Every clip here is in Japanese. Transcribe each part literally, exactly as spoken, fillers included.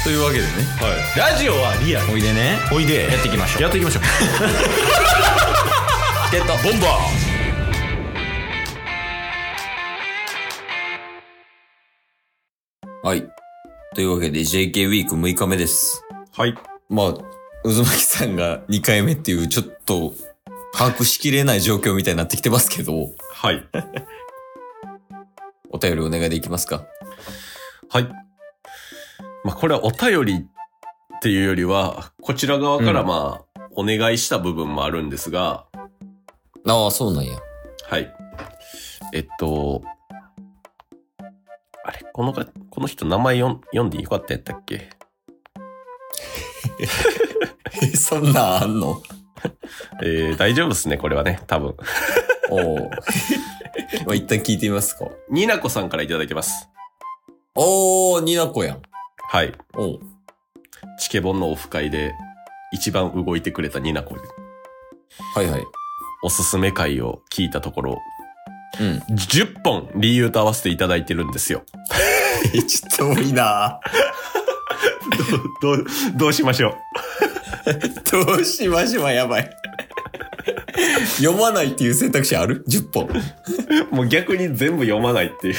というわけでね、 はい、ラジオはリアル。 おいでね、 おいでやっていきましょう。 やっていきましょう。 チケットボンバー。はい。というわけで ジェイケー ウィークむいかめです。 はい。 まあ、渦巻さんがにかいめっていうちょっと把握しきれない状況みたいになってきてますけど。 はい。 お便りお願いできますか？ はい。まあこれはお便りっていうよりは、こちら側からまあ、お願いした部分もあるんですが。 ああ、そうなんや。 はい。えっと、あれ、このか、この人名前読ん読んでよかったやったっけ？ え、そんなんあんの？ えー、大丈夫ですね、これはね、多分。 おお。まあ、一旦聞いてみますか。 になこさんからいただいてます。 おー、になこやん。 はい。 おう。 チケボンのオフ会で一番動いてくれたになこで。 はいはい。 おすすめ回を聞いたところ、 うん。 じゅっぽん理由と合わせていただいてるんですよ。 ちょっと多いなどう、どう、どうしましょう。 どうしましょうはやばい。読まないっていう選択肢ある？ じゅっ 本。 もう逆に全部読まないっていう。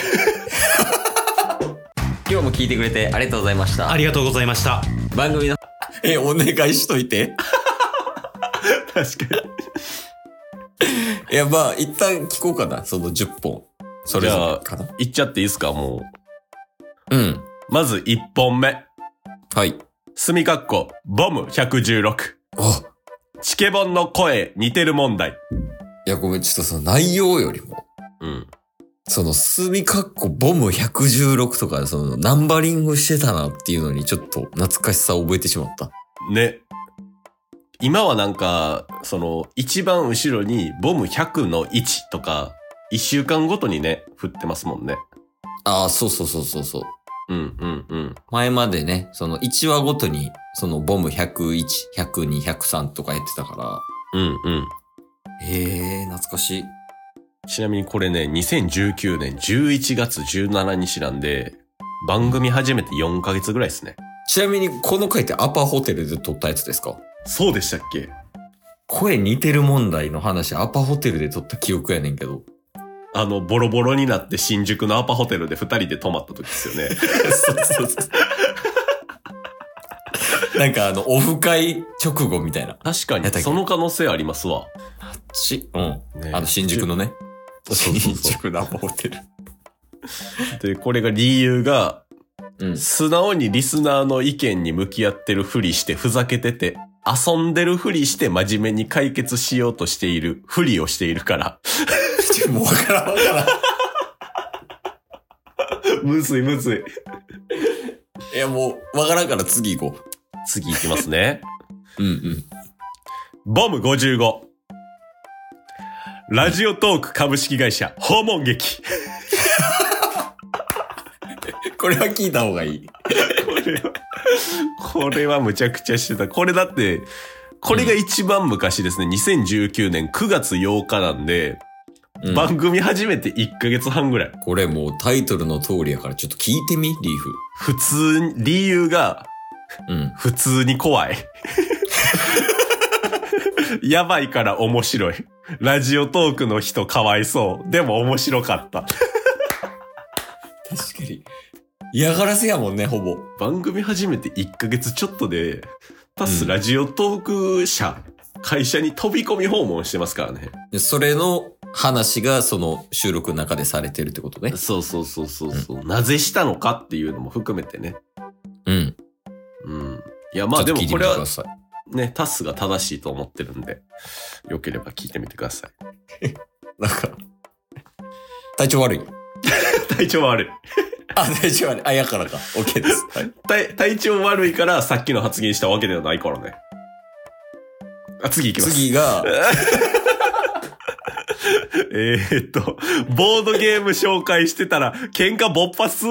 今日も聞いてくれてありがとうございました。 ありがとうございました。 番組の、え、お願いしといて。 確かに。いや、まあ、一旦聞こうかな。そのじゅっぽん。それぞれかな。 言っちゃっていいですか、もう。うん。 まずいっぽんめ。 はい。 すみかっこ、ボムひゃくじゅうろく。 あ、 チケボンの声似てる問題。 いや、ごめん、ちょっとその内容よりも。 うん。 その、すみかっこボムひゃくじゅうろくとか、その、ナンバリングしてたなっていうのにちょっと懐かしさを覚えてしまった。 ね。今はなんか、その、一番後ろにボムひゃくのいちとか、いっしゅうかんごとにね、振ってますもんね。 ああ、そうそうそうそうそう。 うんうんうん。 前までね、そのいちわごとに、そのボムひゃくいち、ひゃくに、ひゃくさんとかやってたから。うんうん。 へえ、懐かしい。 ちなみにこれね、にせんじゅうきゅうねんじゅういちがつじゅうしちにちなんで、番組始めてよんかげつぐらいですね。 ちなみにこの回ってアパホテルで撮ったやつですか？ そうでしたっけ？ 声似てる問題の話、アパホテルで撮った記憶やねんけど。 あの、ボロボロになって新宿のアパホテルで二人で泊まった時ですよね。 そうそうそう。なんかあの、オフ会直後みたいな。 確かに、その可能性ありますわ。 あっち、うん。 ね、 あの、新宿のね。 そうそうそう新宿のアパホテル。 で、これが理由が、 うん、 素直にリスナーの意見に向き合ってるふりしてふざけてて、遊んでるふりして真面目に解決しようとしている、ふりをしているから。 もうわからんわからん。むずいむずい。いやもう、わからんから次行こう。 次行きますね。 うんうん。 ボムごじゅうご。ラジオトーク株式会社訪問劇。 これは聞いた方がいい。これは、これはむちゃくちゃしてた。これだって、これが一番昔ですね。うん、にせんじゅうきゅうねんくがつようかなんで、うん、番組始めていっかげつはんぐらい。 これもうタイトルの通りやからちょっと聞いてみ、リーフ。 普通に、理由が、 うん、 普通に怖い。やばいから面白い。ラジオトークの人かわいそう。でも面白かった。 確かに。嫌がらせやもんね、ほぼ。 番組始めていっかげつちょっとで、タスラジオトーク社、うん、会社に飛び込み訪問してますからね。 でそれの話がその収録の中でされてるってことね。 そうそうそうそうそう、うん。なぜしたのかっていうのも含めてね。 うん。 うん。いや、まあでもこれは、ね、タスが正しいと思ってるんで、よければ聞いてみてください。 なんか、体調悪い体調悪い。 あ、体調悪い。あ、やからか。OK です。 はい、体、体調悪いからさっきの発言したわけではないからね。あ、次行きます。 次が、 えーっと、ボードゲーム紹介してたら喧嘩勃発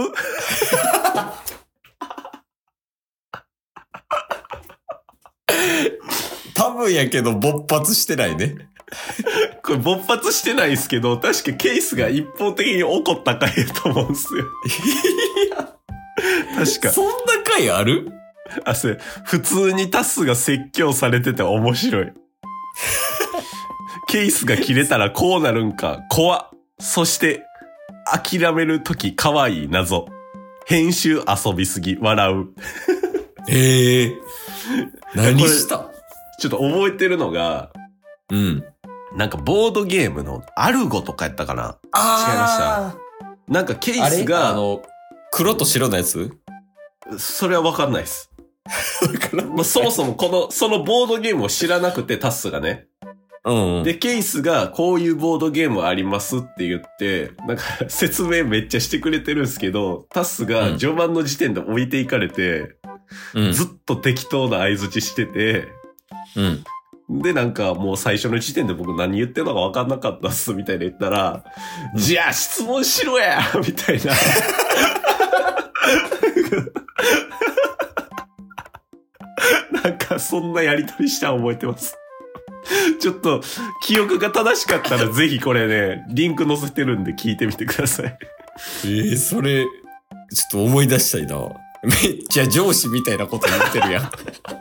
多分やけど勃発してないね。 これ勃発してないですけど、確かケースが一方的に起こった回やと思うんですよ。いや、確か。 そんな回ある？ あ、それ、普通にタスが説教されてて面白い。ケースが切れたらこうなるんか、怖っ。そして、諦めるとき可愛い謎。編集遊びすぎ、笑う。 ええー。何したちょっと覚えてるのが、 うん。 なんかボードゲームのアルゴとかやったかな。 あ違いました。なんかケースが、 あ, あの、黒と白のやつそれはわかんないです。まあ、そもそもこの、そのボードゲームを知らなくて、タスがね。 うんうん、 で、ケイスがこういうボードゲームありますって言って、なんか説明めっちゃしてくれてるんですけど、タスが序盤の時点で置いていかれて、うん、ずっと適当な相槌してて、うん、で、なんかもう最初の時点で僕何言ってるのか分かんなかったっすみたいな言ったら、うん、じゃあ質問しろやみたいな。なんかそんなやりとりした覚えてます。ちょっと記憶が正しかったらぜひこれね、リンク載せてるんで聞いてみてください。 えー、それ、ちょっと思い出したいな。めっちゃ上司みたいなこと言ってるやん。確か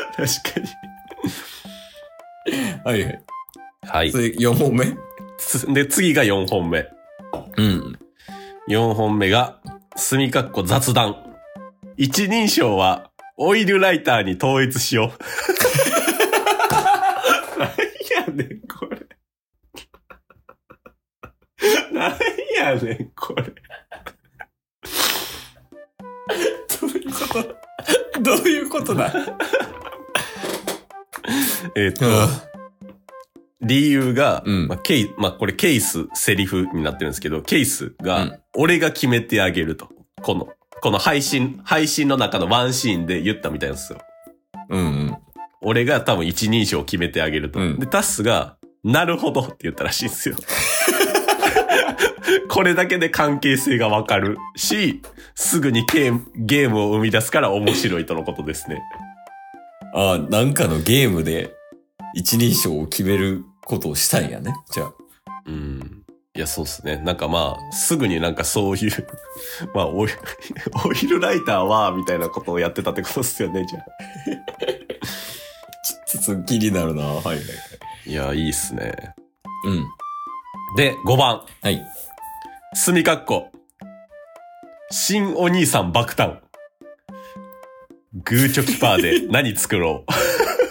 に。 はいはい。 はい。 次よんほんめで、次がよんほんめ。 うん。 よんほんめが、墨かっこ雑談。一人称は、オイルライターに統一しよう。なんやねん、これ。なんやねん、これ。 どういうことどういうことだえっと、理由が、 うん、 まあ、ケイ、まあ、これケース、セリフになってるんですけど、ケースが、うん、俺が決めてあげると。この、この配信、配信の中のワンシーンで言ったみたいなんですよ。 うんうん。 俺が多分一人称を決めてあげると。うん、で、タスが、なるほどって言ったらしいんですよ。これだけで関係性がわかるし、すぐにゲーム、ゲームを生み出すから面白いとのことですね。 ああ、なんかのゲームで一人称を決めることをしたんやね。じゃあ。 うん。いや、そうっすね。なんかまあ、すぐになんかそういう、まあオイ、オイルライターは、みたいなことをやってたってことっすよね、じゃあ。 ちょっと気になるな。はいはいはい。 いや、いいっすね。 うん。 で、ごばん。 はい。 すみかっこ。新お兄さん爆誕。グーチョキパーで何作ろう。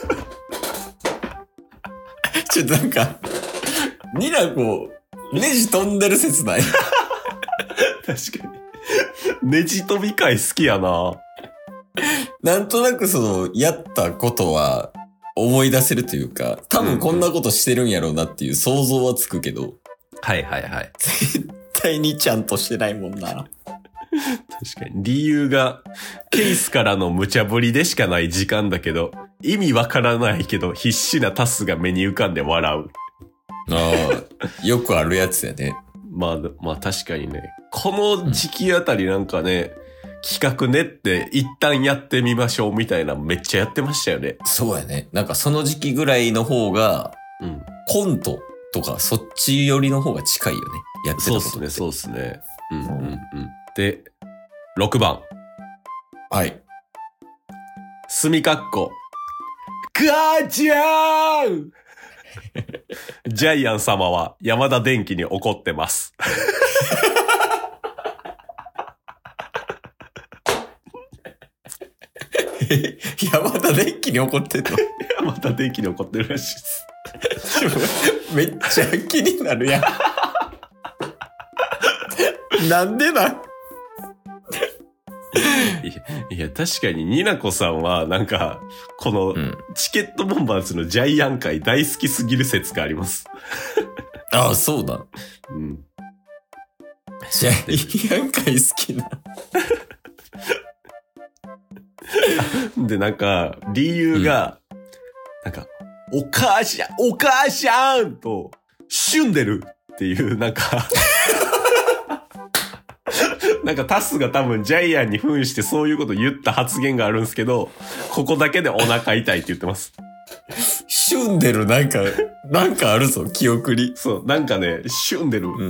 ちょっとなんか、ニナコ、ネジ飛んでる説ない？ 確かに。ネジ飛び会好きやな。 なんとなくその、やったことは思い出せるというか、多分こんなことしてるんやろうなっていう想像はつくけど。うんうん、 はいはいはい。 絶対にちゃんとしてないもんな。 確かに。理由が、ケースからの無茶ぶりでしかない時間だけど、意味わからないけど必死なタスが目に浮かんで笑う。 ああ、よくあるやつやね。 まあ、まあ確かにね。この時期あたりなんかね、うん、企画練って一旦やってみましょうみたいなめっちゃやってましたよね。 そうやね。なんかその時期ぐらいの方が、 うん、 コントとかそっち寄りの方が近いよね。やってたことって。 そうっすね、そうっすね。うんうんうん。で、ろくばん。 はい。 すみかっこ。母ちゃんジャイアン様は山田電機に怒ってます。 山田電機に怒ってんの？ 山田電機に怒ってるらしいです。 めっちゃ気になるやん。なんでなん？ いや、いや確かにニナコさんはなんかこのチケットボンバーズのジャイアン会大好きすぎる説があります。 ああ、そうだ。 うん。 ジャイアン会好きな。 でなんか理由が、うん、なんかお母しゃんお母しゃんとしゅんでるっていうなんか。なんかタスが多分ジャイアンに扮してそういうこと言った発言があるんですけど、ここだけでお腹痛いって言ってます。 しゅんでるなんか、なんかあるぞ、記憶に。 そう、なんかね、しゅんでる。 うん。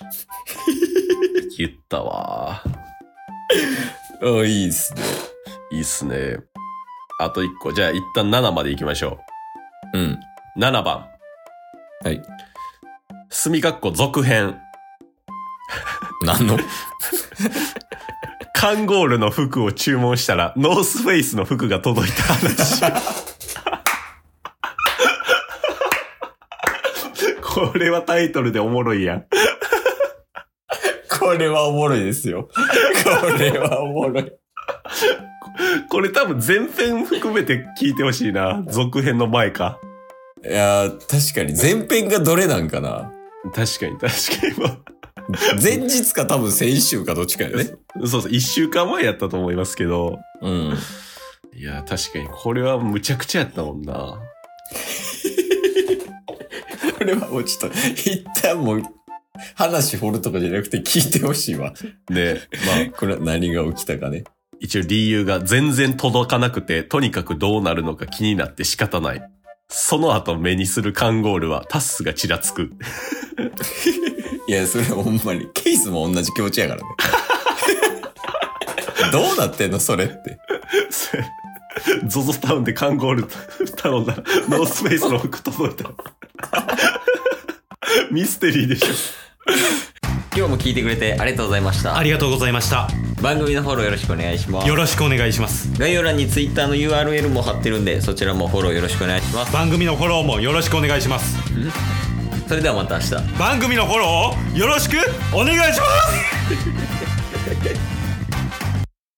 言ったわ。 ああ、いいですね。 いいっすね。あといっこ。じゃあ一旦ななまで行きましょうん。 う。ななばん。 はい。 すみかっこ続編。 何のカンゴールの服を注文したら、ノースフェイスの服が届いた話。これはタイトルでおもろいやん。 これはおもろいですよ。これはおもろい。 これ多分前編含めて聞いてほしいな。続編の前か。 いやー、確かに前編がどれなんかな。 確かに確かに。 前日か多分先週かどっちかよね。 そうそう、一週間前やったと思いますけど。 うん。 いや、確かにこれはむちゃくちゃやったもんな。 これはもうちょっと、一旦もう、話掘るとかじゃなくて聞いてほしいわ。 で、まあ、 これは何が起きたかね。 一応理由が全然届かなくて、とにかくどうなるのか気になって仕方ない。その後目にするカンゴールはタッスがちらつく。 いや、それほんまに、ケースも同じ気持ちやからね。どうなってんのそれって。 ゾゾタウンでカンゴール頼んだら、ノースフェイスの服届いた。ミステリーでしょ。 今日も聞いてくれてありがとうございました。 ありがとうございました。 番組のフォローよろしくお願いします。 よろしくお願いします。 概要欄に Twitter の ユーアールエル も貼ってるんで、そちらもフォローよろしくお願いします。 番組のフォローもよろしくお願いします。 それではまた明日。 番組のフォローをよろしくお願いします。